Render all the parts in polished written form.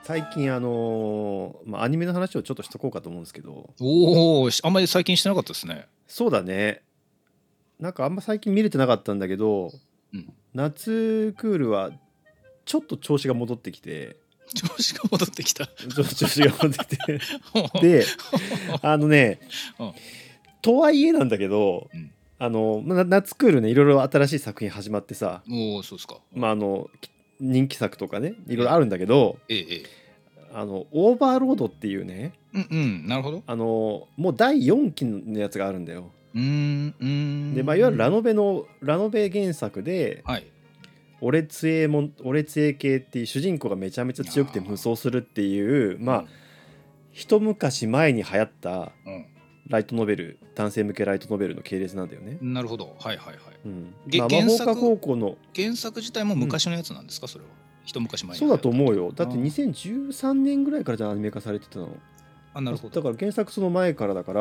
最近アニメの話をちょっとしとこうかと思うんですけど。 おお、あんまり最近してなかったですね。 そうだね。なんかあんま最近見れてなかったんだけど、 うん。 夏クールはちょっと調子が戻ってきて、 調子が戻ってきた。 調子が戻ってきてで、あのね、 うんとはいえなんだけど、 うん。 夏クールね、いろいろ新しい作品始まってさ、 おお、そうですか。 人気作とかね、いろいろえあるんだけど、 えええ。 オーバーロードっていうね、 うんうん、なるほど。 もう第4期のやつがあるんだよ。で、いわゆるラん。 ノベ原作で、 はい。 俺杖系っていう主人公がめちゃめちゃ強くて無双するっていう、一昔前に流行ったライトノベル、男性向けライトノベルの系列なんだよね。 なるほど。はいはいはい。 うん。魔原法科高作校の、 自体も昔のやつなんですか、それは。一昔前にそうだ流行ったと。 と思うよ。だって2013年ぐらいからじゃアニメ化されてたの。 あ、なるほど。 だから原作その前からだから、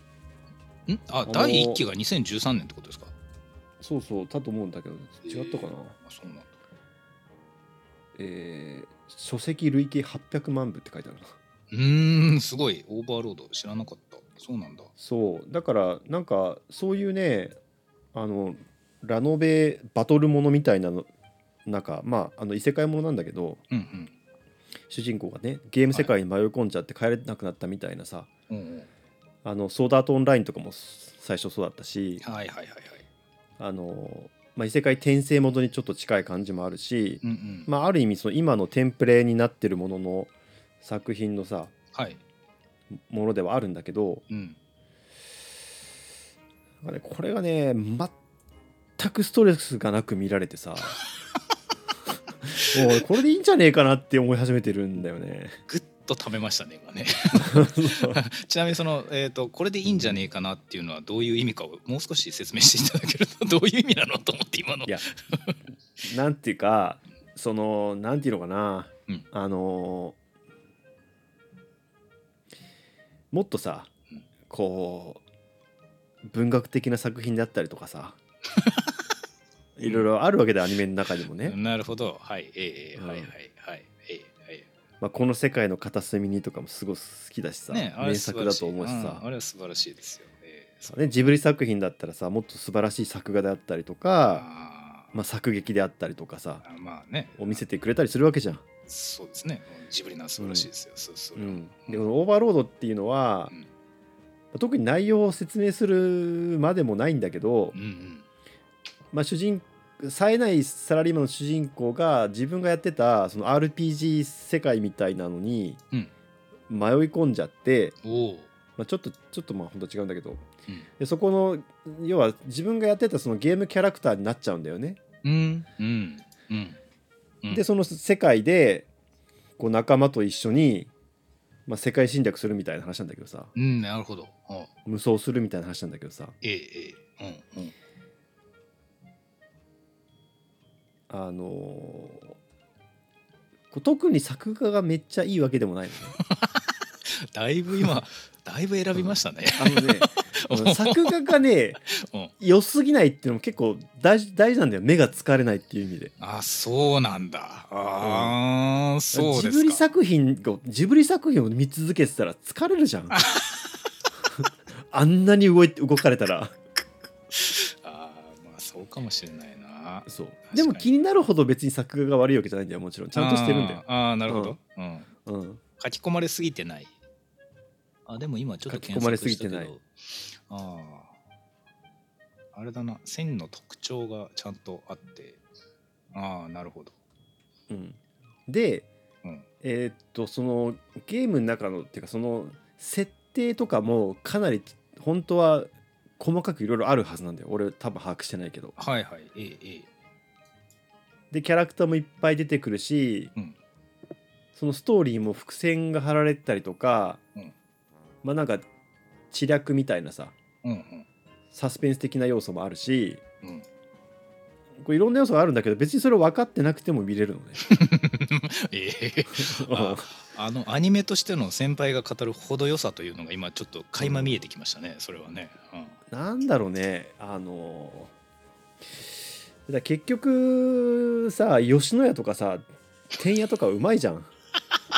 第1期が2013年ってことですか。 そうそうだと思うんだけど、違ったかな。 そうなんだ。 書籍累計800万部って書いてあるな。 すごい。オーバーロード知らなかった。そうなんだ。 そうだからなんかそういうね、あのラノベバトルものみたいなの、なんか異世界ものなんだけど、 うんうん。 主人公がねゲーム世はい。 界に迷い込んじゃって帰れなくなったみたいなさ、 うんうん。 ソードアートオンラインとかも最初そうだったし、 はいはいはいはい。 異世界転生ものにちょっと近い感じもあるし、 うんうん。 ある意味その今のテンプレになってるものの作品のさはい。 ものではあるんだけど、 うん。 これがね全くストレスがなく見られてさもうこれでいいんじゃねえかなって思い始めてるんだよね。 ぐっと食べましたね今ね。ちなみにこれでいいんじゃねえかなっていうのはどういう意味かをもう少し説明していただけると、どういう意味なのと思って今の。 いやなんていうか、なんていうのかな、 うん。 もっとさうん。 こう文学的な作品であったりとかさ、 うん。 いろいろあるわけでアニメの中にもね、 なるほど。はい。はいはいうんはいはい。 この世界の片隅にとかもすごい好きだしさ、 ね、あれ名素晴らしい。 作だと思うしさ、 あれは素晴らしいですよ。そね、 れは。 ジブリ作品だったらさもっと素晴らしい作画であったりとか、 あ作劇であったりとかさまあね。 を見せてくれたりするわけじゃん。 そうですね。ジブリな素晴らしいですよ。それは。 でこのオーバーロードっていうのは、特に内容を説明するまでもないんだけど、冴えないサラリーマンの主人公が自分がやってたその RPG 世界みたいなのに迷い込んじゃって、ちょっとほんと違うんだけど、でそこの要は自分がやってたそのゲームキャラクターになっちゃうんだよね。でその世界でこう仲間と一緒に、世界侵略するみたいな話なんだけどさ、 なるほど。 無双するみたいな話なんだけどさ、特に作画がめっちゃいいわけでもないのね。 だいぶ選びましたね。 作画がね良すぎないっていうのも結構大事なんだよ。目が疲れないっていう意味で。 そうなんだ。そうですか。 ジブリ作品を見続けてたら疲れるじゃん。あんなに動かれたら。 そうかもしれないな。 そうでも気になるほど別に作画が悪いわけじゃないんだよ。もちろんちゃんとしてるんだよ。 なるほど。書き込まれすぎてない。でも今ちょっと検索したけど、あれだな、線の特徴がちゃんとあって、なるほど。 で、そのゲームの中のっていうかその設定とかもかなり本当は細かくいろいろあるはずなんだよ。俺多分把握してないけど。でキャラクターもいっぱい出てくるし、そのストーリーも伏線が張られてたりとか、なんか知略みたいなさ、サスペンス的な要素もあるし、これいろんな要素があるんだけど別にそれを分かってなくても見れるのね。 アニメとしての先輩が語る程よさというのが今ちょっと垣間見えてきましたね。それはね。 なんだろうね、結局さ吉野家とかさ天屋とかうまいじゃん。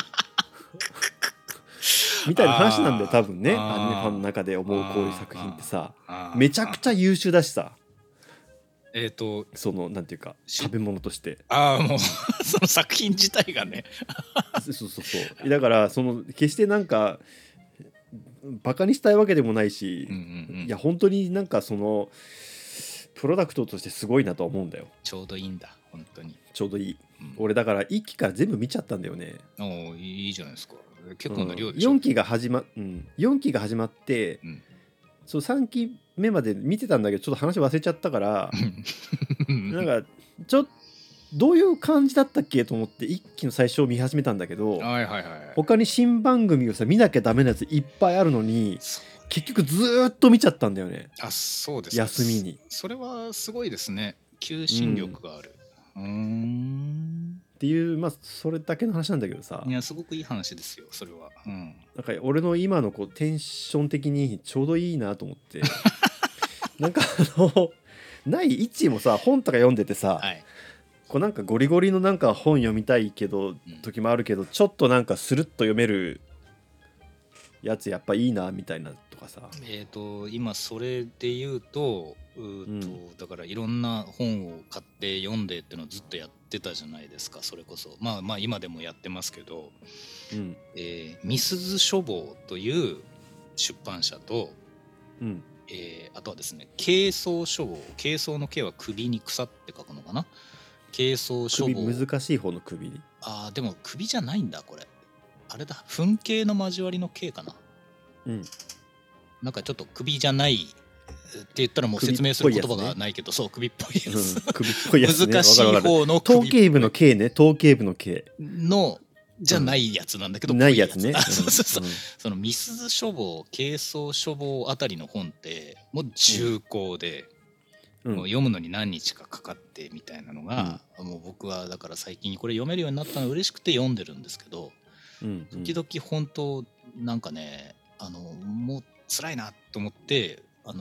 みたいな話なんだよ多分ね。 あーアニメファンの中で思うこういう作品ってさあーめちゃくちゃ優秀だしさ、 そそのなんていうか食べ物としてもうその作品自体がねそうだからその決してなんかバカにしたいわけでもないし、いや本当になんかそのプロダクトとしてすごいなと思うんだよ。 ちょうどいいんだ本当に。 ちょうどいい、俺だから1期から全部見ちゃったんだよね。 いいじゃないですか。結構な量でしょ。 4期が始まって、そう3期目まで見てたんだけどちょっと話忘れちゃったからなんかどういう感じだったっけと思って1期の最初を見始めたんだけど、他に新番組をさ見なきゃダメなやついっぱいあるのに結局ずーっと見ちゃったんだよね。 そうです。 休みに。 それはすごいですね。求心力がある。 っていうまあそれだけの話なんだけどさ。 いやすごくいい話ですよそれは。 なんか俺の今のこうテンション的にちょうどいいなと思ってなんかない位置もさ本とか読んでてさ、こうなんかゴリゴリのなんか本読みたいけど、時もあるけどちょっとなんかスルッと読めるやつやっぱいいなみたいなとかさ。 今それで言うとだからいろんな本を買って読んでってのをずっとやってたじゃないですか。それこそまあ今でもやってますけど、みすず書房という出版社と、あとはですね軽装書房、軽装の軽は首に草って書くのかな。軽装書房、 首難しい方の首。 でも首じゃないんだこれ。あれだ噴景の交わりの景かな。なんかちょっと首じゃないって言ったらもう説明する言葉がないけど、そう首っぽいやつ、 首っぽいやつね、 難しい方の首、頭頸部の頸ね、頭頸部の頸のじゃないやつなんだけど、 ないやつね。 そのみすず書房、軽装書房あたりの本ってもう重厚で、もう読むのに何日かかかってみたいなのが、もう僕はだから最近これ読めるようになったの嬉しくて読んでるんですけど、時々本当なんかねもう辛いなと思って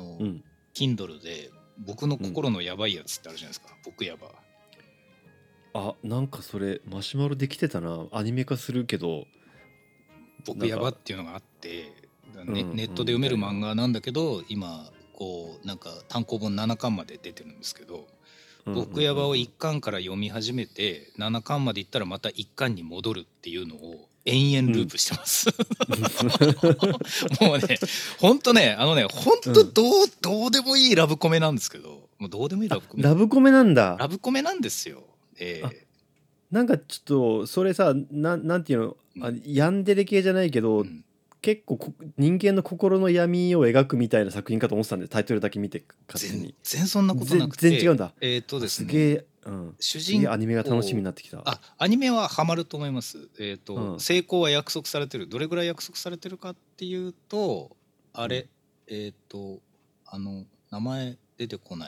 Kindle で僕の心のやばいやつってあるじゃないですか、僕やば。 なんかそれマシュマロできてたな。アニメ化するけど僕やばっていうのがあって、ネットで読める漫画なんだけど、今こうなんか単行本7巻まで出てるんですけど、僕やばを1巻から読み始めて7巻までいったらまた1巻に戻るっていうのを延々ループしてます、もうねほんとねほんとどうでもいいラブコメなんですけど、もうどうでもいいラブコメ。 ラブコメなんだ。 ラブコメなんですよ。 なんかちょっとそれさなんていうの、ヤンデレ系じゃないけど、結構人間の心の闇を描くみたいな作品かと思ってたんで、タイトルだけ見て勝手に。 全然そんなことなくて、 全然違うんだ。 ですね、 すげえ、主人公アニメが楽しみになってきた。 アニメはハマると思います。成功は約束されてる。どれぐらい約束されてるかっていうと、あれ、名前出てこない。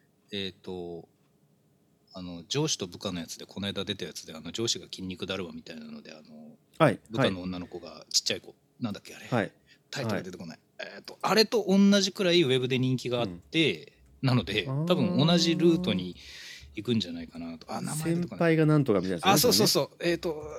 上司と部下のやつでこの間出たやつで、上司が筋肉だるまみたいなので部下の女の子がちっちゃい子、なんだっけあれ、タイトルが出てこない、あれと同じくらいウェブで人気があって、なので多分同じルートに行くんじゃないかなと。名前先輩がなんとかみたいな、 そう、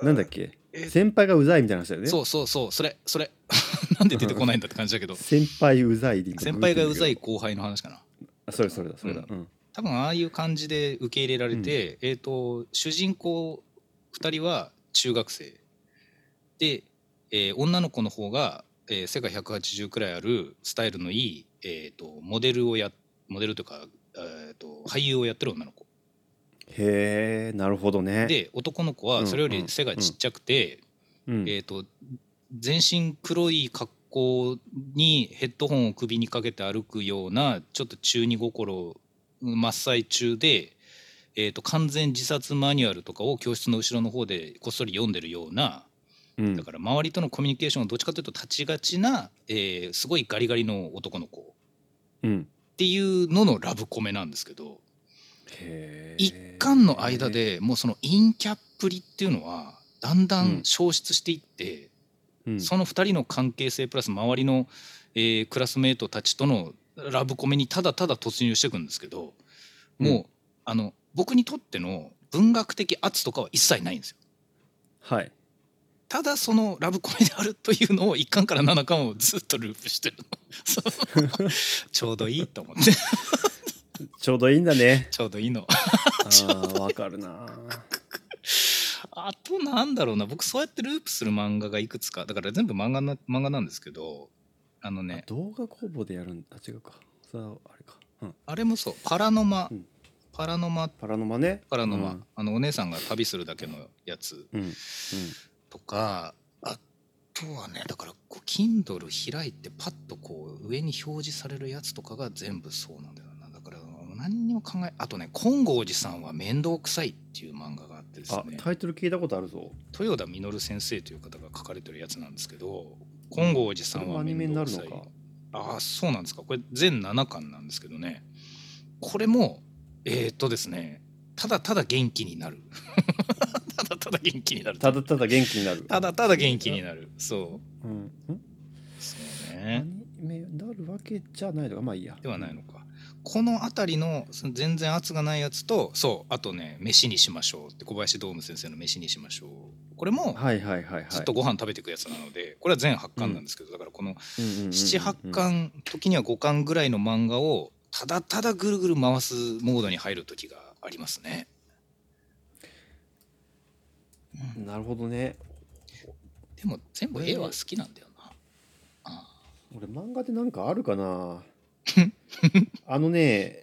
なんだっけ、先輩がうざいみたいな話だよね。 そうそれなんで出てこないんだって感じだけど先輩うざいで先輩がうざい後輩の話かな。 それだ、 多分ああいう感じで受け入れられて、主人公2人は中学生で、女の子の方が、背が180くらいあるスタイルのいい、モデルというか、俳優をやってる女の子。 へえ、なるほどね。 で男の子はそれより背がちっちゃくて、全身黒い格好にヘッドホンを首にかけて歩くようなちょっと中二心真っ最中で、完全自殺マニュアルとかを教室の後ろの方でこっそり読んでるような、だから周りとのコミュニケーションをどっちかというと立ちがちな、すごいガリガリの男の子っていうののラブコメなんですけど、一巻の間でもうその陰キャっぷりっていうのはだんだん消失していって、その2人の関係性プラス周りの、クラスメートたちとのラブコメにただただ突入していくんですけど、もう僕にとっての文学的圧とかは一切ないんですよ。 ただそのラブコメであるというのを1巻から7巻をずっとループしてるのちょうどいいと思ってちょうどいいんだね。 ちょうどいいのわかるな。 あとなんだろうな、僕そうやってループする漫画がいくつか、だから全部漫画なんですけど、 動画工房でやるんだ。違うか、それはあれか、 あれもそう、パラノマね、 パラノマ、 お姉さんが旅するだけのやつとか、あとはね、だからこう Kindle 開いてパッとこう上に表示されるやつとかが全部そうなんだよな。だから何にも考え、あとね、金剛寺さんは面倒くさいっていう漫画があってですね、 タイトル聞いたことあるぞ。 豊田実先生という方が書かれてるやつなんですけど、金剛寺さんは面倒くさい。そうなんですか。これ全7巻なんですけどね、これもですね、ただただ元気になるただただ元気になるただただ元気になるただただ元気になる。そう、そうね。 アニメになるわけじゃないのか、まあいいや。 ではないのか。この辺りの全然圧がないやつと、そうあとね、飯にしましょうって小林ドーム先生の飯にしましょう、これもずっとご飯食べていくやつなので、これは全8巻なんですけど、だからこの7,8巻時には5巻ぐらいの漫画をただただぐるぐる回すモードに入る時がありますね。 なるほどね。 でも全部絵は好きなんだよな。 俺漫画でなんかあるかなね、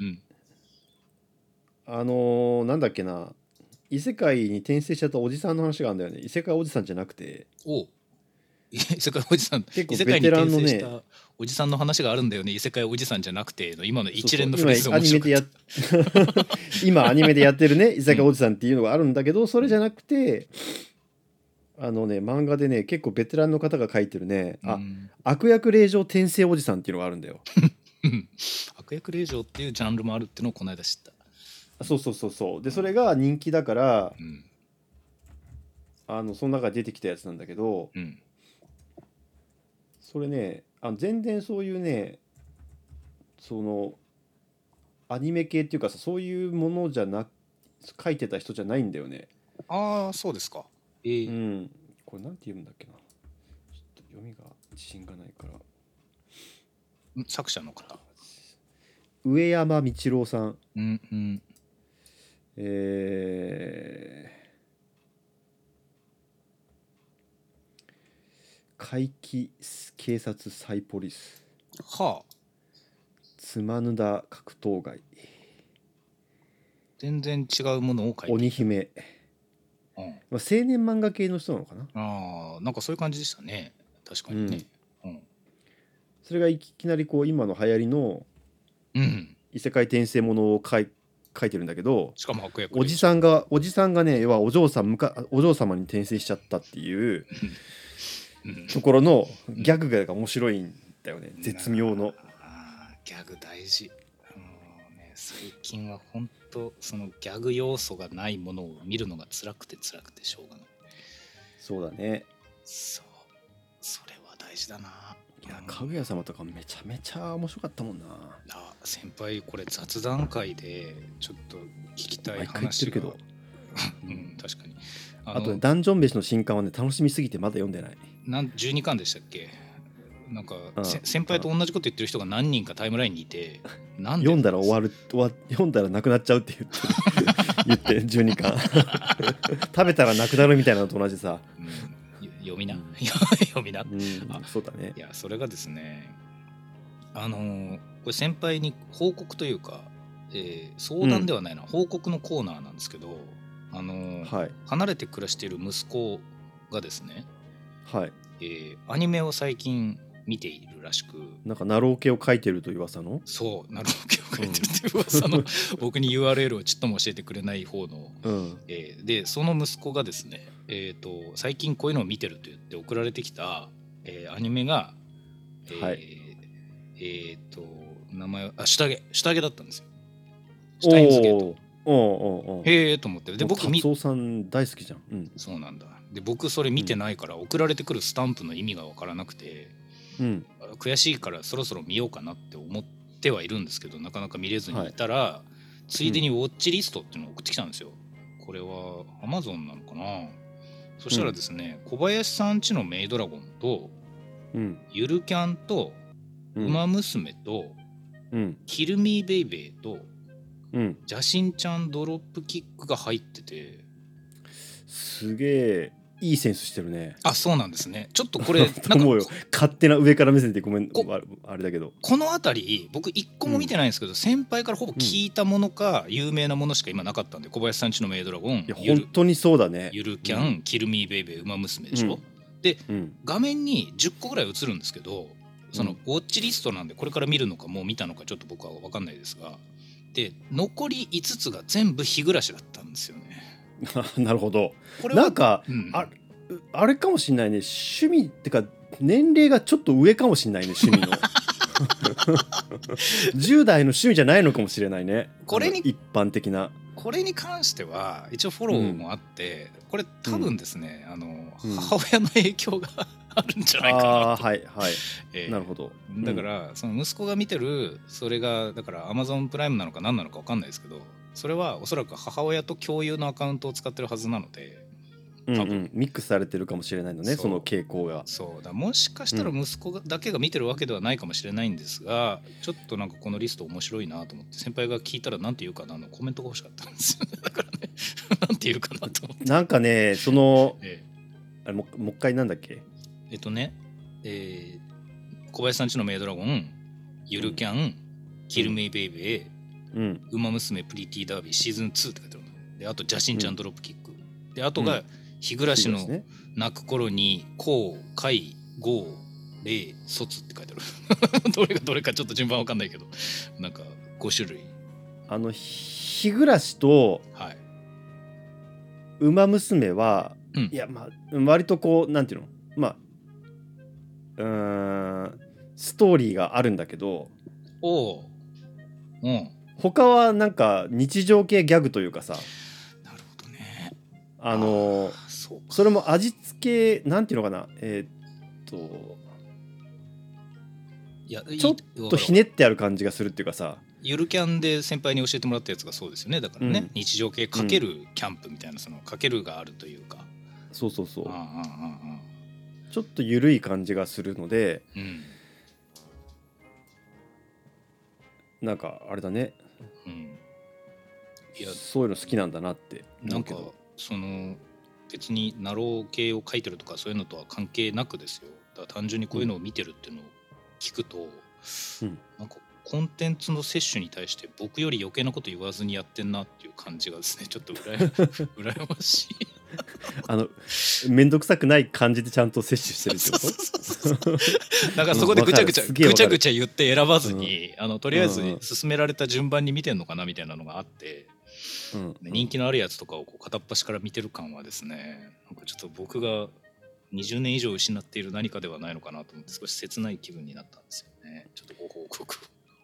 なんだっけな、異世界に転生しちゃったおじさんの話があるんだよね。異世界おじさんじゃなくて、 異世界おじさん、 結構ベテランのね、 異世界に転生したおじさんの話があるんだよね。異世界おじさんじゃなくての今の一連のフレーズ面白かった。今アニメでやってるね、異世界おじさんっていうのがあるんだけど、それじゃなくて、漫画でね、結構ベテランの方が書いてるね、悪役令嬢転生おじさんっていうのがあるんだよ。 悪役令嬢っていうジャンルもあるっていうのをこの間知った。 そうで、それが人気だから、その中で出てきたやつなんだけど、それね、全然そういうね、そのアニメ系っていうかさ、そういうものじゃな書いてた人じゃないんだよね。 そうですか。 これなんて言うんだっけな、ちょっと読みが自信がないから。 作者の方、 上山道郎さん。怪奇警察サイポリス、つまぬだ格闘外、 全然違うものを書いてる。 鬼姫、青年漫画系の人なのかな。 なんかそういう感じでしたね。確かにね。 それがいきなりこう今の流行りの異世界転生ものを書いてるんだけど、 しかも悪役おじさんがね、要はお嬢様に転生しちゃったっていうところのギャグが面白いんだよね。絶妙のギャグ大事。最近は本当そのギャグ要素がないものを見るのが辛くてしょうがない。 そうだね。 それは大事だな。 いや、かぐや様とかめちゃめちゃ面白かったもんな。 先輩、これ雑談会でちょっと聞きたい話が。 けど確かに。 あとね、ダンジョン飯の新刊はね、楽しみすぎてまだ読んでない。 12巻でしたっけ。なんか先輩と同じこと言ってる人が何人かタイムラインにいて、 読んだら読んだらなくなっちゃうって言って12巻食べたらなくなるみたいなのと同じさ。 読みなそうだね。 いや、それがですね、これ先輩に報告というか、相談ではないな、報告のコーナーなんですけど、離れて暮らしている息子がですね、アニメを最近見ているらしく、 なんかナロー系を書いてるという噂の、 そうナロー系を書いてるという噂の、僕に URL をちっとも教えてくれない方の、でその息子がですね、最近こういうのを見てると言って送られてきた、アニメが、名前は下着だったんですよ。シュタインズゲート。へえと思って、で僕達夫さん大好きじゃん。 そうなんだ。で僕それ見てないから送られてくるスタンプの意味が分からなくて、悔しいからそろそろ見ようかなって思ってはいるんですけど、なかなか見れずにいたら、ついでにウォッチリストっていうのを送ってきたんですよ。これは Amazon なのかな。 そしたらですね、小林さんちのメイドラゴンと、ゆるキャンと、ウマ娘と、キルミーベイベーと、邪神ちゃんドロップキックが入ってて、 すげえいいセンスしてるね。 あ、そうなんですね。ちょっとこれなんか勝手な上から目線でごめん、あれだけど、 この辺り僕一個も見てないんですけど、先輩からほぼ聞いたものか、有名なものしか今なかったんで、小林さんちのメイドラゴン、 いや本当にそうだね。 ゆるキャン、キルミーベイベー、ウマ娘でしょ。で、画面に10個ぐらい映るんですけど、そのウォッチリストなんでこれから見るのかもう見たのかちょっと僕は分かんないですが、で残り5つが全部日暮らしだったんですよね。 なるほど。これはなんか、あれかもしれないね、趣味ってか年齢がちょっと上かもしれないね、趣味の10代の趣味じゃないのかもしれないね、これに一般的な。 これに関しては一応フォローもあって、これ多分ですね、母親の影響があるんじゃないかなと。 はいはい、なるほど。 だからその息子が見てるそれがだから Amazon プライムなのか何なのか分かんないですけど、それはおそらく母親と共有のアカウントを使ってるはずなので、 多分ミックスされてるかもしれないのね、その傾向が。 そうだ、もしかしたら息子だけが見てるわけではないかもしれないんですが、ちょっとなんかこのリスト面白いなと思って、先輩が聞いたらなんて言うかなのコメントが欲しかったんですよね。だからねなんて言うかなと思って、 なんかね、その、あれもう一回なんだっけ、 小林さんちのメイドラゴン、ゆるキャン、キルメイベイベー、ウマ娘プリティダービーシーズン2って書いてあるので、あと邪神ちゃんドロップキック、であとが日暮らしの泣く頃にこう海豪霊卒って書いてあるどれがどれかちょっと順番わかんないけど、なんか5種類。 日暮らしとウマ娘は、いやまあ割とこうなんていうの、まあストーリーがあるんだけど、他はなんか日常系ギャグというかさ、 なるほどね。 それも味付けなんていうのかな、ちょっとひねってある感じがするっていうかさ、 ゆるキャンで先輩に教えてもらったやつがそうですよね。だからね、日常系かけるキャンプみたいな、そのかけるがあるというか、 そうちょっと緩い感じがするので、なんかあれだね、いやそういうの好きなんだなってなんかその別にナロー系を書いてるとかそういうのとは関係なくですよ。だから単純にこういうのを見てるっていうのを聞くと、なんかコンテンツの摂取に対して僕より余計なこと言わずにやってんなっていう感じがですね、ちょっと羨ましいめんどくさくない感じでちゃんと摂取してるってこと。 だからそこでぐちゃぐちゃ言って選ばずに、とりあえず進められた順番に見てんのかなみたいなのがあって、人気のあるやつとかをこう片っ端から見てる感はですね、なんかちょっと僕が20年以上失っている何かではないのかなと思って少し切ない気分になったんですよね。ちょっとご報告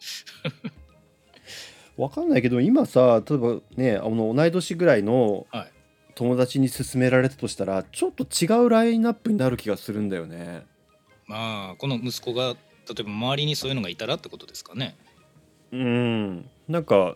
わかんないけど今さ、例えばね同い年ぐらいの友達に勧められたとしたらちょっと違うラインナップになる気がするんだよね。 まあこの息子が例えば周りにそういうのがいたらってことですかね。 なんか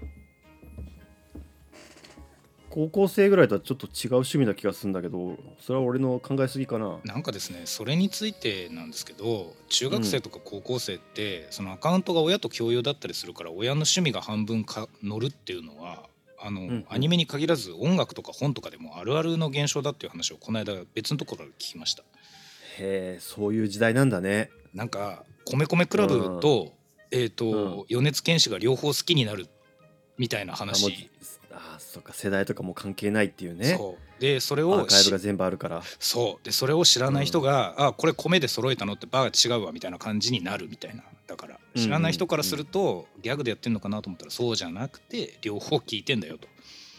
高校生ぐらいとはちょっと違う趣味な気がするんだけど、それは俺の考えすぎかな。 なんかですね、それについてなんですけど、中学生とか高校生って、そのアカウントが親と共有だったりするから親の趣味が半分乗るっていうのはアニメに限らず音楽とか本とかでもあるあるの現象だっていう話をこの間別のところで聞きました。 へえ、そういう時代なんだね。 なんか米米クラブと、米津玄師が両方好きになるみたいな話。 そうか、世代とかも関係ないっていうね。 そうでそれをアーカイブが全部あるから。 そうでそれを知らない人が、これ米で揃えたのってバー違うわみたいな感じになるみたいな。だから知らない人からすると、ギャグでやってんのかなと思ったらそうじゃなくて両方聞いてんだよと。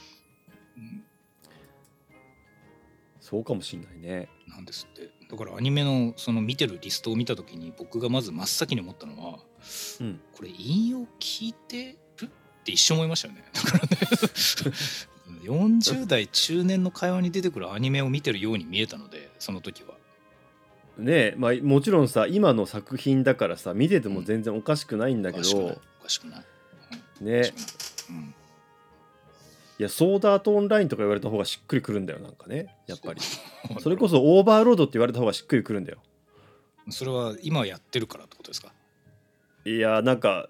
そうかもしんないね。 なんですって。だからアニメのその見てるリストを見た時に僕がまず真っ先に思ったのは、これ引用聞いてるって一瞬思いましたよね。だからね40代中年の会話に出てくるアニメを見てるように見えたので、その時はねえ、もちろんさ今の作品だからさ見てても全然おかしくないんだけど、 おかしくない、 ね、 いやソードアートオンラインとか言われた方がしっくりくるんだよなんかねやっぱりそれこそオーバーロードって言われた方がしっくりくるんだよ。 それは今やってるからってことですか？ いやなんか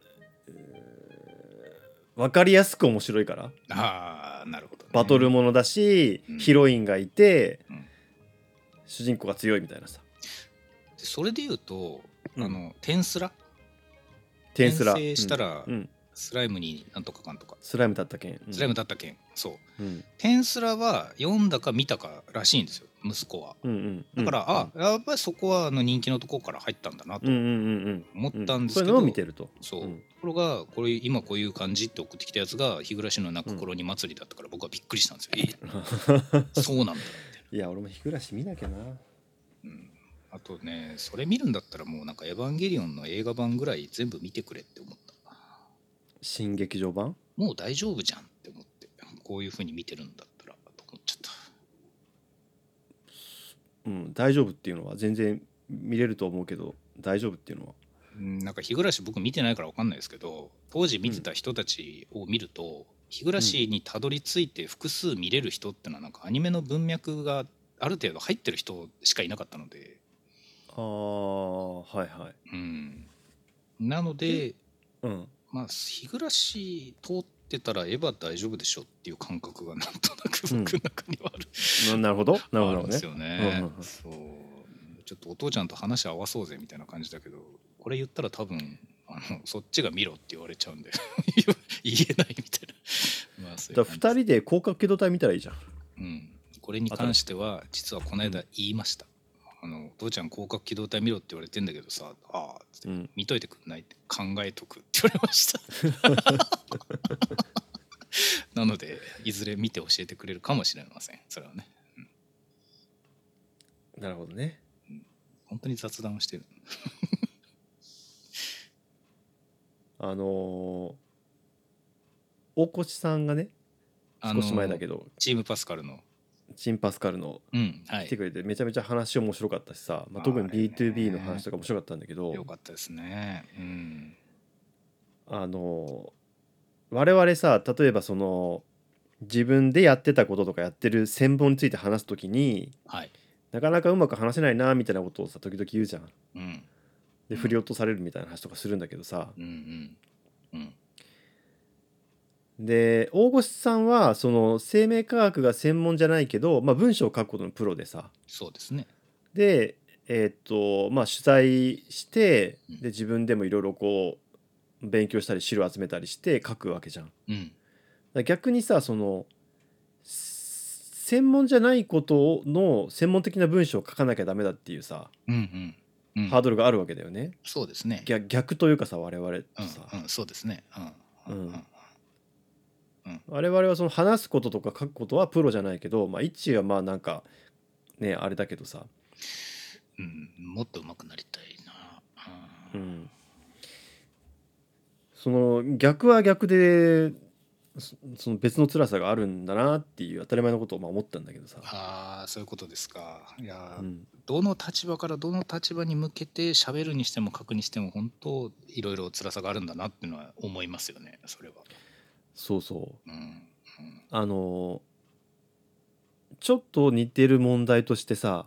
分かりやすく面白いから。 ああなるほど、ね、 バトルものだし、ヒロインがいて、主人公が強いみたいなさ。 それでいうとテンスラ転生したら、スライムになんとかかんとかスライムだったけん、 スライムだったけんそう、テンスラは読んだか見たからしいんですよ息子は、だから、やっぱりそこは人気のところから入ったんだなと思ったんですけど、 そういうのを見てるとそう、ところがこれ今こういう感じって送ってきたやつが日暮の泣く頃に祭りだったから僕はびっくりしたんですよ、そうなんだみたいな。 いや俺も日暮見なきゃな。 あとねそれ見るんだったらもうなんかエヴァンゲリオンの映画版ぐらい全部見てくれって思った。 新劇場版もう大丈夫じゃんって思ってこういう風に見てるんだったらと思っちゃった。 大丈夫っていうのは全然見れると思うけど大丈夫っていうのはなんか日暮僕見てないから分かんないですけど当時見てた人たちを見ると、日暮にたどり着いて複数見れる人ってのはなんかアニメの文脈がある程度入ってる人しかいなかったのではいはい、 なのでまあ日暮通ってたらエヴァ大丈夫でしょっていう感覚がなんとなく僕の中にはある、 なるほどなるほどね。 あるんですよね、そうちょっとお父ちゃんと話合わそうぜみたいな感じだけどこれ言ったら多分そっちが見ろって言われちゃうんで言えないみたいな、まあ、そういう感じ 2人で広角機動隊見たらいいじゃん。 これに関しては実はこの間言いました、お父ちゃん広角機動隊見ろって言われてんだけどさって見といてくんないって考えとくって言われましたなのでいずれ見て教えてくれるかもしれませんそれはね、 なるほどね、 本当に雑談をしてる大越さんがね少し前だけどチームパスカルのチンパスカルの来てくれてめちゃめちゃ話面白かったしさ、特に B2B の話とか面白かったんだけどよかったですね。 我々さ例えばその自分でやってたこととかやってる専門について話すときに、なかなかうまく話せないなみたいなことをさ時々言うじゃん、で振り落とされるみたいな話とかするんだけどさ、で大越さんはその生命科学が専門じゃないけど、文章を書くことのプロでさ、 そうですね。 で取材してで自分でもいろいろこう勉強したり資料集めたりして書くわけじゃん。逆にさその専門じゃないことの専門的な文章を書かなきゃダメだっていうさ、ハードルがあるわけだよね。 そうですね。 逆というかさ我々とさ、 そうですね。 我々はその話すこととか書くことはプロじゃないけど、一はなんかねあれだけどさ、 もっと上手くなりたいな。 その逆は逆でその別の辛さがあるんだなっていう当たり前のことを思ったんだけどさ。 そういうことですか。いや、どの立場からどの立場に向けて喋るにしても書くにしても本当いろいろ辛さがあるんだなっていうのは思いますよねそれは。 そうそう、ちょっと似てる問題としてさ、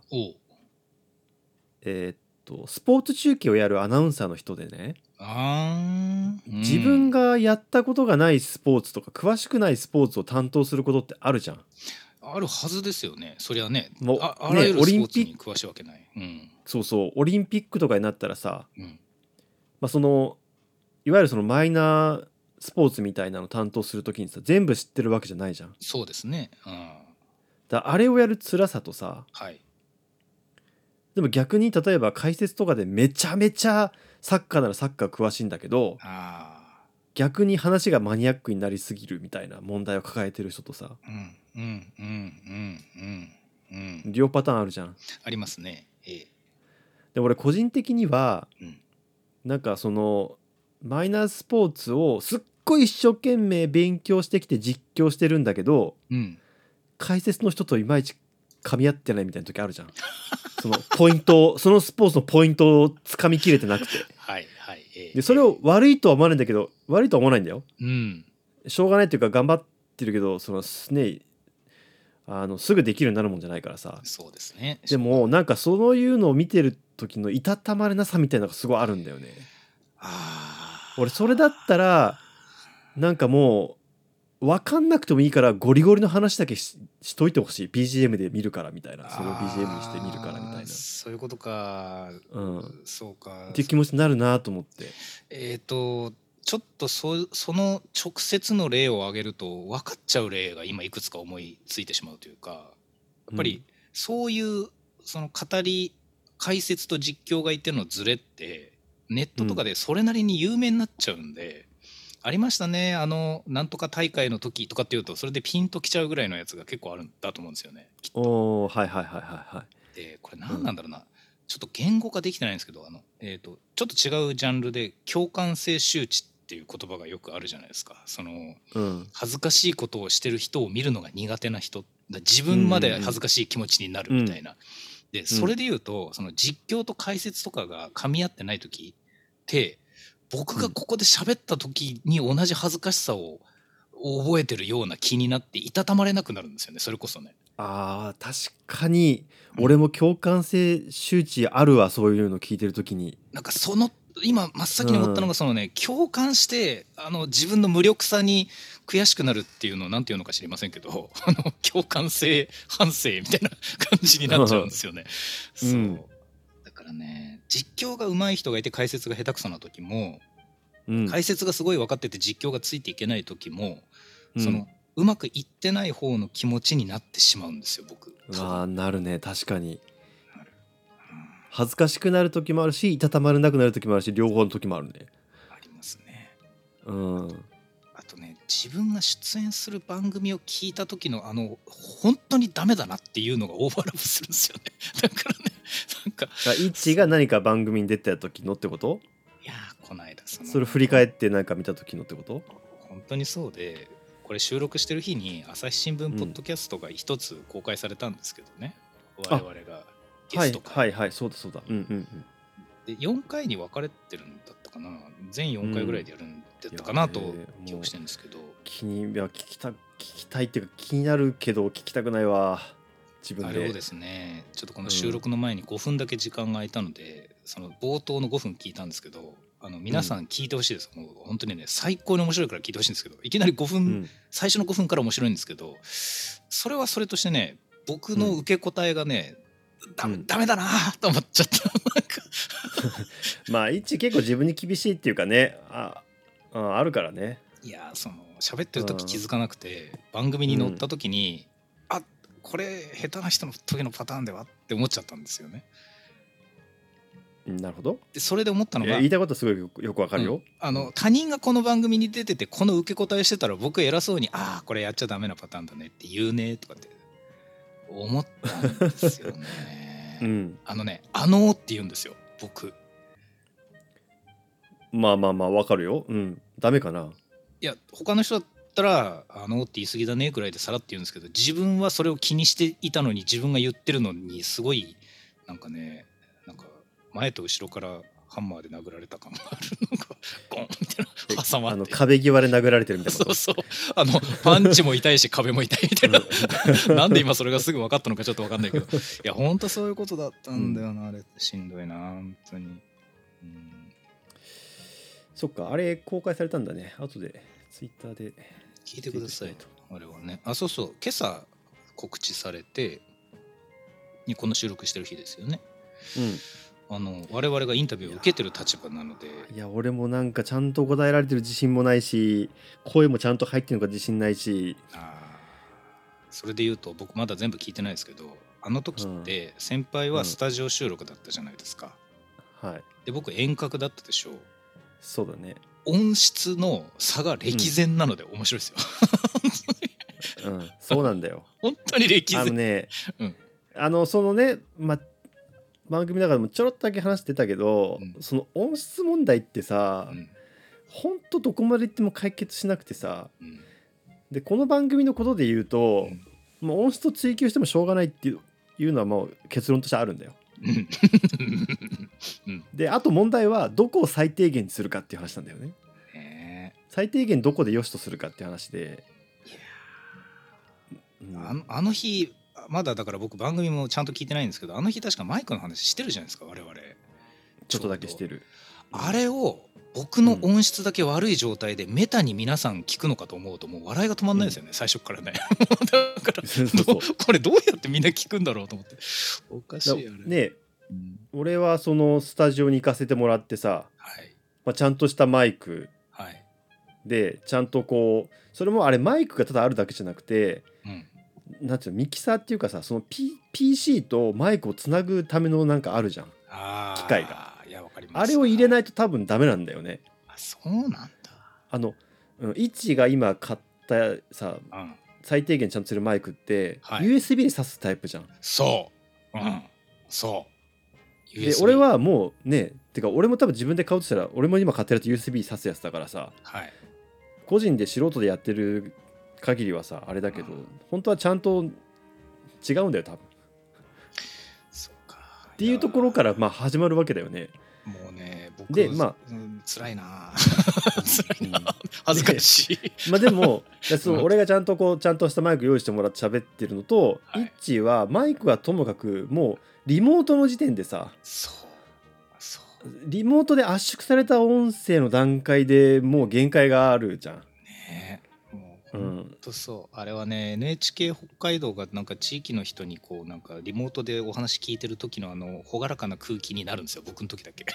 スポーツ中継をやるアナウンサーの人でね、自分がやったことがないスポーツとか詳しくないスポーツを担当することってあるじゃん。 あるはずですよね。そりゃね、あらゆるスポーツに詳しいわけない。 そうそうオリンピックとかになったらさ、そのいわゆるそのマイナースポーツみたいなの担当するときにさ全部知ってるわけじゃないじゃん。 そうですね。 だあれをやる辛さとさ、でも逆に例えば解説とかでめちゃめちゃサッカーならサッカー詳しいんだけど、逆に話がマニアックになりすぎるみたいな問題を抱えてる人とさ、両パターンあるじゃん。 ありますね。 で俺個人的には、なんかそのマイナースポーツをすっごい一生懸命勉強してきて実況してるんだけど、解説の人といまいち噛み合ってないみたいな時あるじゃんそのポイントそのスポーツのポイントをつかみきれてなくてでそれを悪いとは思わないんだけど悪いとは思わないんだよ、しょうがないっていうか頑張っってるけどねすぐできるようになるもんじゃないからさ。 そうですね。 でもなんかそういうのを見てる時のいたたまれなさみたいなのがすごいあるんだよね。俺それだったらなんかもう分かんなくてもいいからゴリゴリの話だけしといてほしい。 BGM で見るからみたいな、それを BGM にして見るからみたいな。 そういうことか。そうかっていう気持ちになるなと思って。 ちょっとその直接の例を挙げると分かっちゃう例が今いくつか思いついてしまうというか、やっぱりそういうその語り解説と実況がいてのズレってネットとかでそれなりに有名になっちゃうんで、ありましたねなんとか大会の時とかっていうとそれでピンときちゃうぐらいのやつが結構あるんだと思うんですよね、きっと。 おー、はいはいはいはいはい。 でこれ何なんだろうな、ちょっと言語化できてないんですけどちょっと違うジャンルで共感性周知っていう言葉がよくあるじゃないですか。恥ずかしいことをしてる人を見るのが苦手な人自分まで恥ずかしい気持ちになるみたいな、でそれで言うとその実況と解説とかが噛み合ってない時って僕がここで喋った時に同じ恥ずかしさを覚えてるような気になっていたたまれなくなるんですよね、それこそね。 確かに俺も共感性周知あるわ、そういうの聞いてる時に。 なんか今真っ先に思ったのが共感して自分の無力さに悔しくなるっていうのをなんていうのか知りませんけど共感性反省みたいな感じになっちゃうんですよね。そうだからね、実況が上手い人がいて解説が下手くそな時も、解説がすごい分かってて実況がついていけない時も、うまくいってない方の気持ちになってしまうんですよ僕。 なるね、確かに。恥ずかしくなる時もあるし、いたたまれなくなる時もあるし、両方の時もあるね。 ありますね。あとね、自分が出演する番組を聞いた時の本当にダメだなっていうのがオーバーラップするんですよね。だからね、なんかイッチが何か番組に出た時のってこと？ いやこの間それ振り返って何か見た時のってこと？ 本当にそうで、これ収録してる日に朝日新聞ポッドキャストが一つ公開されたんですけどね、我々がゲスト会。 はいはいはい、そうだそうだ。 で4回に分かれてるんだったかな、全4回ぐらいでやるんだったかなと記憶してるんですけど、 聞きたいっていうか気になるけど聞きたくないわ自分で。 あれをですね、ちょっとこの収録の前に5分だけ時間が空いたので、その冒頭の5分聞いたんですけど、皆さん聞いてほしいです、もう本当にね最高に面白いから聞いてほしいんですけど、いきなり5分、最初の5分から面白いんですけど、それはそれとしてね、僕の受け答えがね、ダメだなと思っちゃったなんかまあ一結構自分に厳しいっていうかね、あるからね。 いや喋ってる時気づかなくて、番組に乗った時に、これ下手な人の時のパターンではって思っちゃったんですよね。 なるほど。 でそれで思ったのが、 言いたいことすごいよくわかるよ。 他人がこの番組に出ててこの受け答えしてたら僕偉そうにこれやっちゃダメなパターンだねって言うねとかって思ったんですよね。って言うんですよ僕。 まあわかるよ。ダメかな。 いや他の人だったらって言い過ぎだねくらいでさらって言うんですけど、自分はそれを気にしていたのに、自分が言ってるのにすごいなんか前と後ろからハンマーで殴られた感があるのがゴンみたいな挟まって壁際で殴られてるみたいなこと。 そうパンチも痛いし壁も痛いみたいななんで今それがすぐ分かったのかちょっと分かんないけど、いやほんとそういうことだったんだよな、あれしんどいな本当に。 そっか、あれ公開されたんだね。後でツイッターで聞いてくださいと。あれはね、そうそう、今朝告知されてにこの収録してる日ですよね。我々がインタビューを受けてる立場なので。 いや俺もなんかちゃんと答えられてる自信もないし、声もちゃんと入ってるのか自信ないし。 それで言うと僕まだ全部聞いてないですけど、時って先輩はスタジオ収録だったじゃないですか。で僕遠隔だったでしょ。 そうだね。 音質の差が歴然なので面白いですよ。 そうなんだよ。 本当に歴然。 そのね、番組だからもちょろっとだけ話してたけど、その音質問題ってさ、ほんとどこまでいっても解決しなくてさ、でこの番組のことで言うと、もう音質を追求してもしょうがないっていうのはもう結論としてあるんだよ。であと問題はどこを最低限にするかっていう話なんだよね。最低限どこで良しとするかっていう話で、 あの日まだだから僕番組もちゃんと聞いてないんですけど、あの日確かマイクの話してるじゃないですか我々。 ちょっとだけしてる。 あれを僕の音質だけ悪い状態でメタに皆さん聞くのかと思うともう笑いが止まんないですよね、最初からね。だからこれどうやってみんな聞くんだろうと思って。おかしいあれね。俺はそのスタジオに行かせてもらってさ、ちゃんとしたマイクでちゃんとこうそれもあれマイクがただあるだけじゃなくて、なんていうのミキサーっていうかさ、その、PC とマイクをつなぐためのなんかあるじゃん、機械が。あれを入れないと多分ダメなんだよね。 そうなんだ。 イッチが今買ったさ、最低限ちゃんとするマイクって、USB で挿すタイプじゃん。 そう、そう。 で俺はもうね、てか俺も多分自分で買うとしたら俺も今買ってるやつ USB 挿すやつだからさ、個人で素人でやってる限りはさあれだけど、本当はちゃんと違うんだよ多分。 そうか。 っていうところから始まるわけだよね。 もうね、僕で辛いな辛いな、恥ずかしい。 でも俺がちゃんとしたマイク用意してもらって喋ってるのと、イッチはマイクはともかくもうリモートの時点でさ、リモートで圧縮された音声の段階でもう限界があるじゃん。 ねえ、もう本当そう。あれはね NHK 北海道がなんか地域の人にこうなんかリモートでお話聞いてる時の朗らかな空気になるんですよ、僕の時だけ。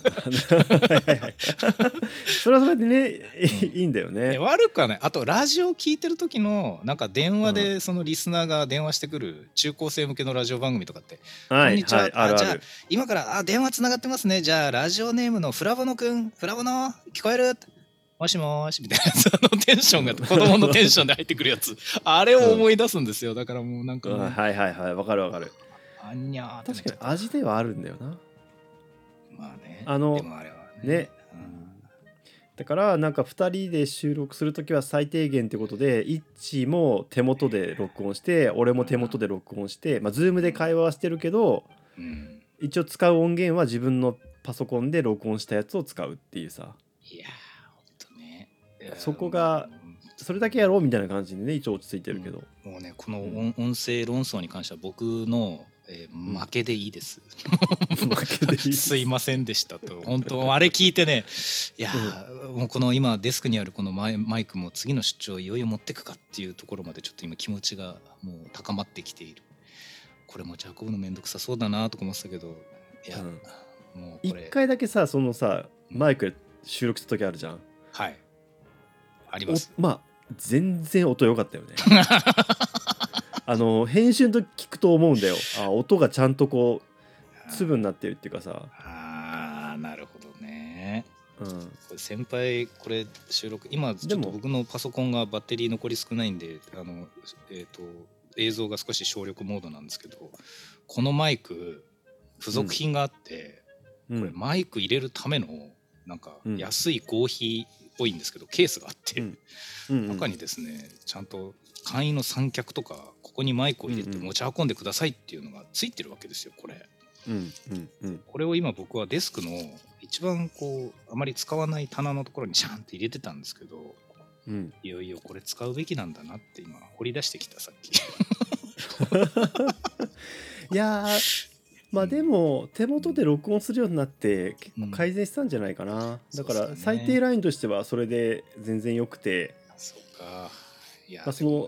それはそれでね、いいんだよね。 悪くはない。あとラジオ聞いてる時のなんか電話でそのリスナーが電話してくる中高生向けのラジオ番組とかって、こんにちは、じゃあ今から電話つながってますね、じゃあラジオネームのフラボノくん、フラボノ聞こえる、もしもしみたいなテンションが子供のテンションで入ってくるやつ、あれを思い出すんですよ。だからもうなんかわかるわかる。 あんにゃーって確かに味ではあるんだよな。 まあね、 でもあれはね、だからなんか2人で収録するときは最低限ってことで、イッチも手元で録音して俺も手元で録音して、ズームで会話はしてるけど、一応使う音源は自分のパソコンで録音したやつを使うっていうさ。 いやーほんとね、 そこがそれだけやろうみたいな感じでね、一応落ち着いてるけど、 もうねこの音声論争に関しては僕の負けでいいです。すいませんでしたと。本当あれ聞いてね、いや、もうこの今デスクにあるこのマイクも次の出張いよいよ持ってくかっていうところまでちょっと今気持ちがもう高まってきている。これ持ち運ぶのめんどくさそうだなとか思ってたけど、いや、もうこれ一回だけさ、そのさマイクで収録した時あるじゃん。 はいあります。 全然音良かったよね。編集の時聞くと思うんだよ。音がちゃんとこう粒になってるっていうかさ。 なるほどね。これ先輩これ収録今ちょっと僕のパソコンがバッテリー残り少ないんで映像が少し省力モードなんですけど、このマイク付属品があって、これマイク入れるためのなんか安い合皮っぽいんですけどケースがあって、中にですねちゃんと簡易の三脚とかここにマイクを入れて持ち運んでくださいっていうのがついてるわけですよこれ。これを今僕はデスクの一番こうあまり使わない棚のところにシャンって入れてたんですけど、いよいよこれ使うべきなんだなって今掘り出してきたさっき。 いやでも手元で録音するようになって結構改善したんじゃないかな。だから最低ラインとしてはそれで全然よくて、 そうか。いやそのオ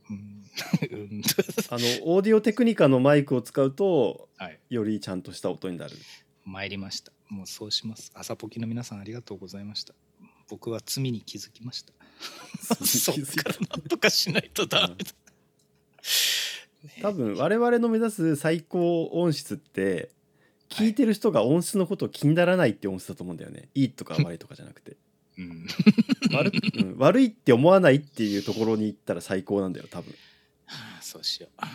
ーディオテクニカのマイクを使うと、よりちゃんとした音になる。 参りました。もうそうします。朝ポキの皆さんありがとうございました。僕は罪に気づきました。そっからなんとかしないとダメだ。 多分我々の目指す最高音質って聞いてる人が音質のことを気にならないって音質だと思うんだよね。いいとか悪いとかじゃなくて。悪いって思わないっていうところに行ったら最高なんだよ多分。 そうしよう。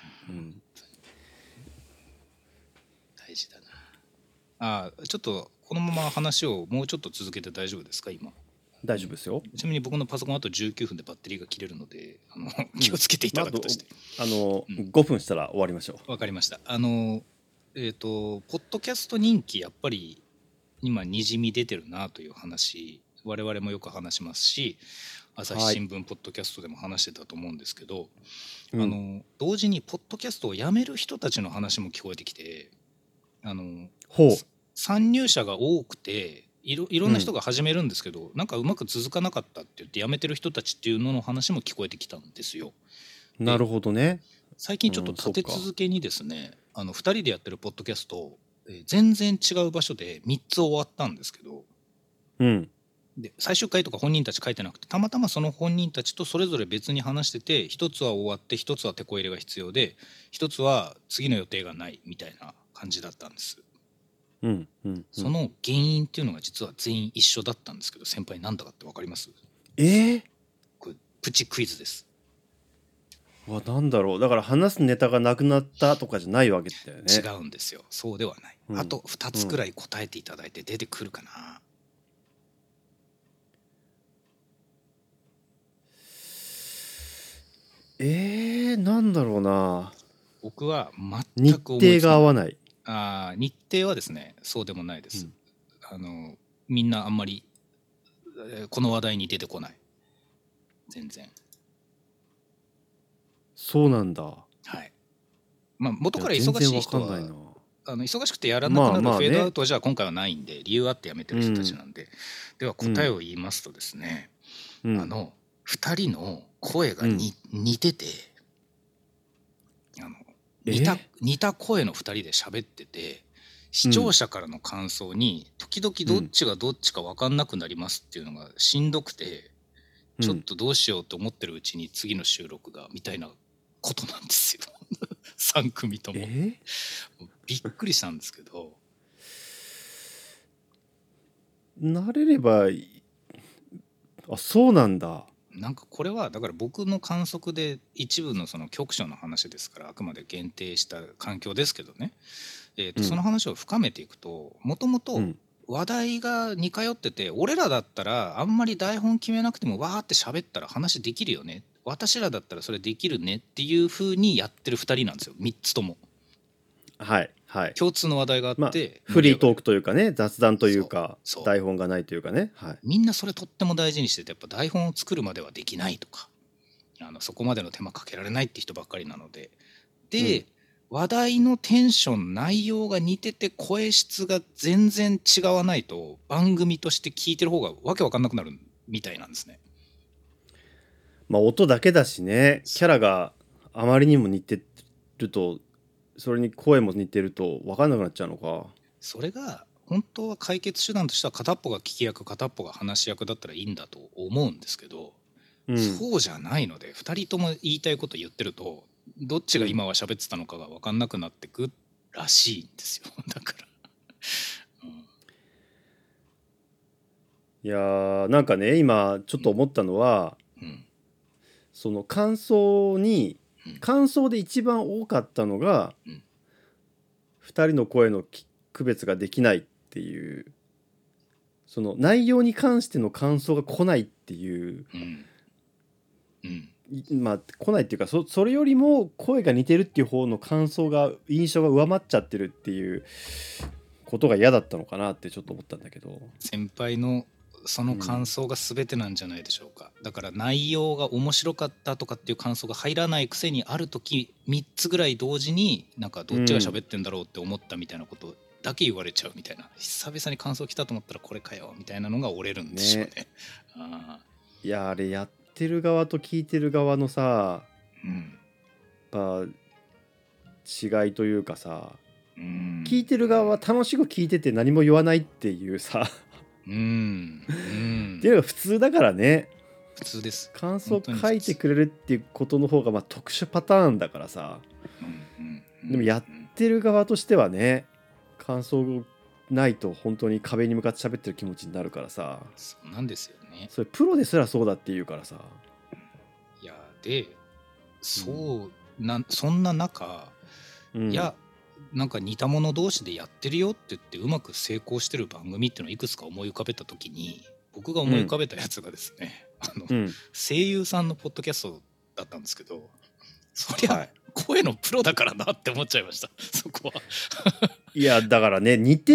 大事だな。ちょっとこのまま話をもうちょっと続けて大丈夫ですか今。 大丈夫ですよ。 ちなみに僕のパソコンあと19分でバッテリーが切れるので気をつけていただくとして、 5分したら終わりましょう。 わかりました。ポッドキャスト人気やっぱり今にじみ出てるなという話我々もよく話しますし、 朝日新聞ポッドキャストでも話してたと思うんですけど、 うん、 同時にポッドキャストをやめる人たちの話も聞こえてきて、 ほう、 参入者が多くていろんな人うん、 が始めるんですけど、なんかうまく続かなかったって言ってやめてる人たちっていうのの話も聞こえてきたんですよ。でなるほどね。 最近ちょっとうん、そっか。 立て続けにですね、2人でやってるポッドキャスト、全然違う場所で3つ終わったんですけど、 うん、 で最終回とか本人たち書いてなくて、たまたまその本人たちとそれぞれ別に話してて、一つは終わって一つはテこ入れが必要で、一つは次の予定がないみたいな感じだったんです。 うん、うん、うん。 その原因っていうのが実は全員一緒だったんですけど、先輩なんだかって分かります？ えこれプチクイズです。 なんだろう。だから話すネタがなくなったとかじゃないわけだよ違ね。 うんですよ。そうではない。 うん、 あと2 うん。 つくらい答えていただいて出てくるかな。 なんだろうな。 僕は全日く思い程つかない。 が合わない。 日程はですね、そうでもないです。 うん。 あのみんなあんまりこの話題に出てこない。全然。 そうなんだ。 はい。まあ元いや、 から忙しい全然わか人はんないな。 忙しくてやらなくまあなるフェードアウまあね。 トはじゃあ今回はないんで、理由あってやめてる人たちうん、 なんで。では答えうん、 を言いますとですね、 うん、 2人の声がうん。 似てて、あのえ似た声の2人で喋ってて、視うん、 聴者からの感想に時々 うん、 どっちがどっちか分かんなくなりますっていうのがしんどくて、ちょっうん。 とどうしようと思ってるうちに次の収録がみたいなことなんですよ。3組とも。 えびっくりしたんですけど、 慣れればいい。あ、そうなんだ。 なんかこれはだから僕の観測で一部のその局所の話ですから、あくまで限定した環境ですけどね、そのうん、 話を深めていくと、もともとうん、 話題が似通ってて、俺らだったらあんまり台本決めなくてもわーって喋ったら話できるよね、私らだったらそれできるねっていう風にやってる2人なんですよ、3つとも。 はい、はい。 共通の話題があっまあ、 てフリートー盛り上がる。 クというかね、雑談というそうか、 そう。 台本がないというかね。はい。 みんなそれとっても大事にしてて、やっぱ台本を作るまではできないとか、そこまでの手間かけられないって人ばっかりなので。 うん。 で、話題のテンション内容が似てて声質が全然違わないと、番組として聞いてる方がわけわかんなくなるみたいなんですね。 まあ、音だけだしね、キャラそう。 があまりにも似てると、それに声も似てると分かんなくなっちゃうのか。 それが本当は解決手段としては片っぽが聞き役片っぽが話し役だったらいいんだと思うんですけど、 うん、 そうじゃないので2人とも言いたいこと言ってると、どっちがうん。 今は喋ってたのかが分かんなくなってくらしいんですよ。だから、 いやー、なんかね、今ちょっと思ったのは、 うんうんその感想で一番多かったのが、 うん 2人の声の区別ができないっていう、その内容に関しての感想が来ないっていう、 うんうんまあ来ないっていうか、それよりも声が似てるっていう方の感想が印象が上回っちゃってるっていうことが嫌だったのかなってちょっと思ったんだけど。 先輩のその感うん、 想が全てなんじゃないでしょうか。だから内容が面白かったとかっていう感想が入らないくせに、ある時3つぐらい同時になんかどっちが喋うん、 ってんだろうって思ったみたいなことだけ言われちゃうみたいな、久々に感想来たと思ったらこれかよみたいなのが折れるんでしょうね。 ね。あいや、あれやってる側と聞いてる側のさ、 ーうんやっぱ違いというかさ、聞いうんてる側は楽しく聞いてて何も言わないっていうさうんうっていうん。 のが普通だからね。 普通です。 感本想書いて当に普通。 くれるっていうことの方がまあ特殊パターンだからさ。 うんうんうんでもやってる側としてはね、感想ないと本当に壁に向かって喋ってる気持ちになるからさ。 そうなんですよね。 それプロですらそうだって言うからさ。 いやで、 うん、 そんな中、 うん、 いやなんか似た者同士でやってるよって言ってうまく成功してる番組っていうのをいくつか思い浮かべた時に、僕が思い浮うん、 かべたやつがですね、 うん。 声優さんのポッドキャストだったんですけど、そりゃはい。 声のプロだからなって思っちゃいました。そこは。 いやだからね、似てる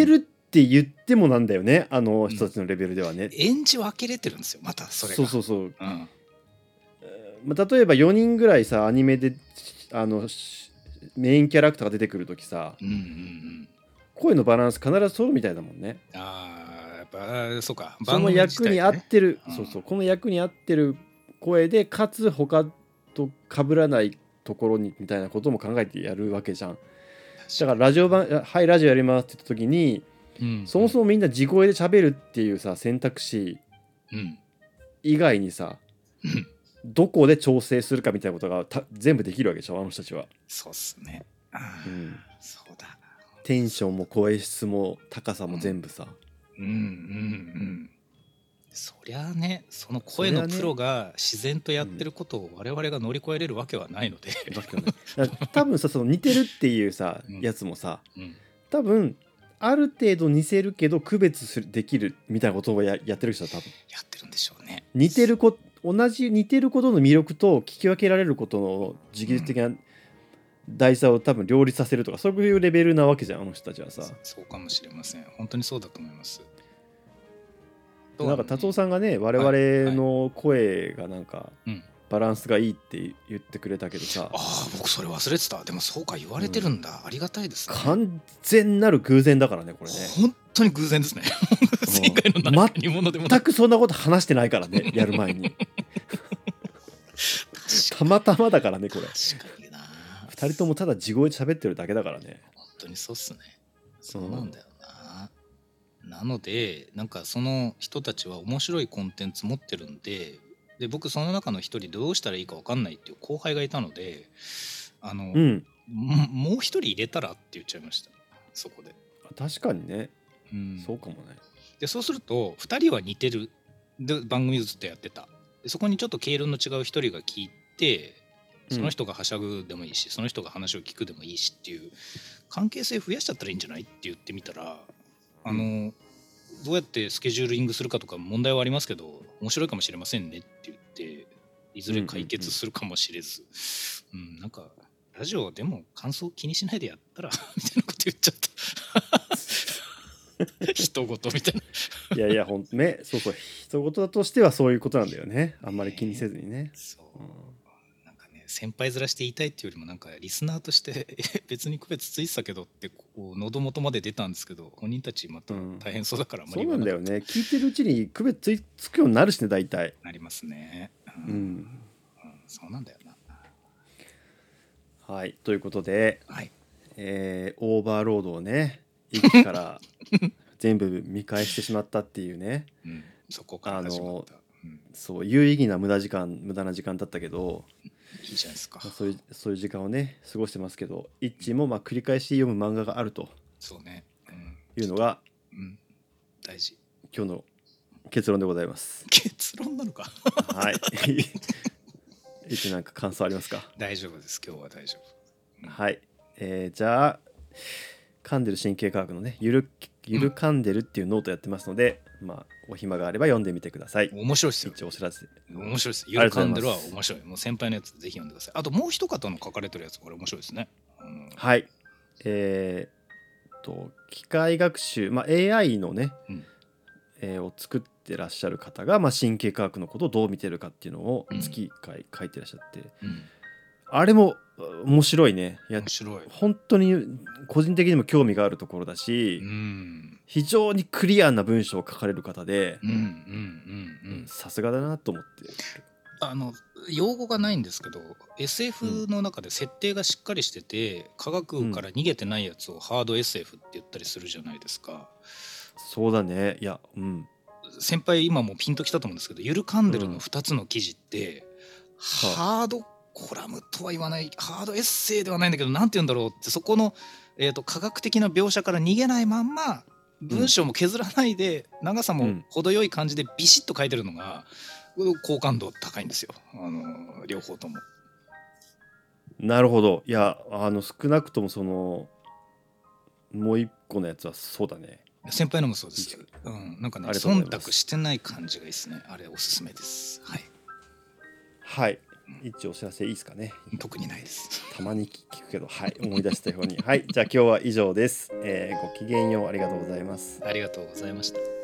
って言ってもなんだよね、あの人たちのレベルではね。 演じ分けれてるんですよまたそれが。 そうそうそう、まあ、例えば4人ぐらいさアニメでメインキャラクターが出てくるときさ、声のバランス必ず取るみたいだもんね。 やっぱそうか、 その役に合ってる、そうそう、この役に合ってる声でかつ他と被らないところにみたいなことも考えてやるわけじゃん。だからラジオ版はいラジオやりますって言った時に、そもそもみんな地声で喋るっていうさ選択肢以外にさ、どこで調整するかみたいなことが全部できるわけでしょあの人たちは。 そうっすね。そうだ。 テンションも声質も高さも全部さ。 そりゃあね、その声のプロが自然とやってることを我々が乗り越えれるわけはないので、 多分さその似てるっていうさ、やつもさ、多分ある程度似せるけど区別できるみたいなことをやってる人は多分やってるんでしょうね。 同じ似てることの魅力と聞き分けられることの自律的な大事さを多分両立させるとかそういうレベルなわけじゃんあの人たちはさ。 そうかもしれません。本当にそうだと思います。 なんか達夫さんがね我々の声がなんかバランスがいいって言ってくれたけどさ、 僕それ忘れてた。でもそうか言われてるんだ、ありがたいですね。 完全なる偶然だからねこれね。 本当に偶然ですね。世界の何者でも全くそんなこと話してないからねやる前にたまたまだからねこれ。 確かにな。 2人ともただ地声で喋ってるだけだからね。 本当にそうっすね。そうなんだよな。なのでなんかその人たちは面白いコンテンツ持ってるんで、僕その中の一人でどうしたらいいか分かんないっていう後輩がいたので、もう一人入れたらって言っちゃいましたそこで。 確かにね、そうかもね。 でそうすると2人は似てるで番組ずっとやってた。でそこにちょっと経路の違う一人が聞いて、その人がはしゃぐでもいいし、その人が話を聞くでもいいしっていう関係性増やしちゃったらいいんじゃないって言ってみたら、どうやってスケジューリングするかとか問題はありますけど面白いかもしれませんねって言っていずれ解決するかもしれず、なんかラジオでも感想気にしないでやったらみたいなこと言っちゃった人事みたいな。 いやいやほんね、そうそう、人事だとしてはそういうことなんだよね。あんまり気にせずにね。 そう、なんかね先輩面して言いたいっていうよりもなんかリスナーとして別に区別ついてたけどってこう喉元まで出たんですけど、本人たちまた大変そうだからあんまり言わなかった。 そうなんだよね。聞いてるうちに区別つくようになるしね大体。 なりますね。そうなんだよな。 はい、ということで、 はい、 オーバーロードをね一期から全部見返してしまったっていうね、 そこから始まった、 そう有意義な無駄な時間だったけど、 いいじゃないですか。 そういう時間をね過ごしてますけど、一期もまあ繰り返し読む漫画があるとそうね、 いうのが、 大事。 今日の結論でございます。 結論なのかはい一なんか感想ありますか？ 大丈夫です、今日は大丈夫。 はい、じゃあ噛んでる神経科学のねゆる噛んでるっていうノートやってますので、まあお暇があれば読んでみてください。 面白いですよ。 一応お知らせ。 面白いです。ゆる噛んでるは面白い。もう先輩のやつぜひ読んでください。あともう一方の書かれてるやつこれ面白いですね。 はい。機械学習、AI のね、を作ってらっしゃる方が、神経科学のことをどう見てるかっていうのを月1回書いてらっしゃって、あれも面白いね。 面白い。 本当に個人的にも興味があるところだし、非常にクリアな文章を書かれる方で、さすがだなと思って。 用語がないんですけど SF の中で設定がしっかりしてて、科学から逃げてないやつをハード SF って言ったりするじゃないですか。 そうだね。いや、 先輩今もピンときたと思うんですけど、ゆるカンデルの2つの記事って、ハードコラムとは言わない、ハードエッセイではないんだけど、なんて言うんだろうって、そこの、科学的な描写から逃げないまんま文章も削らないで、長さも程よい感じでビシッと書いてるのが好感度高いんですよ、両方とも。 なるほど。いや少なくともそのもう一個のやつはそうだね。 先輩のもそうです。なんかね忖度してない感じがいいですね。あれおすすめです。はいはい、 一応お知らせいいですかね。 特にないです。 たまに聞くけど、はい、思い出したように。はい、じゃあ今日は以上です。ごきげんよう、ありがとうございます。 ありがとうございました。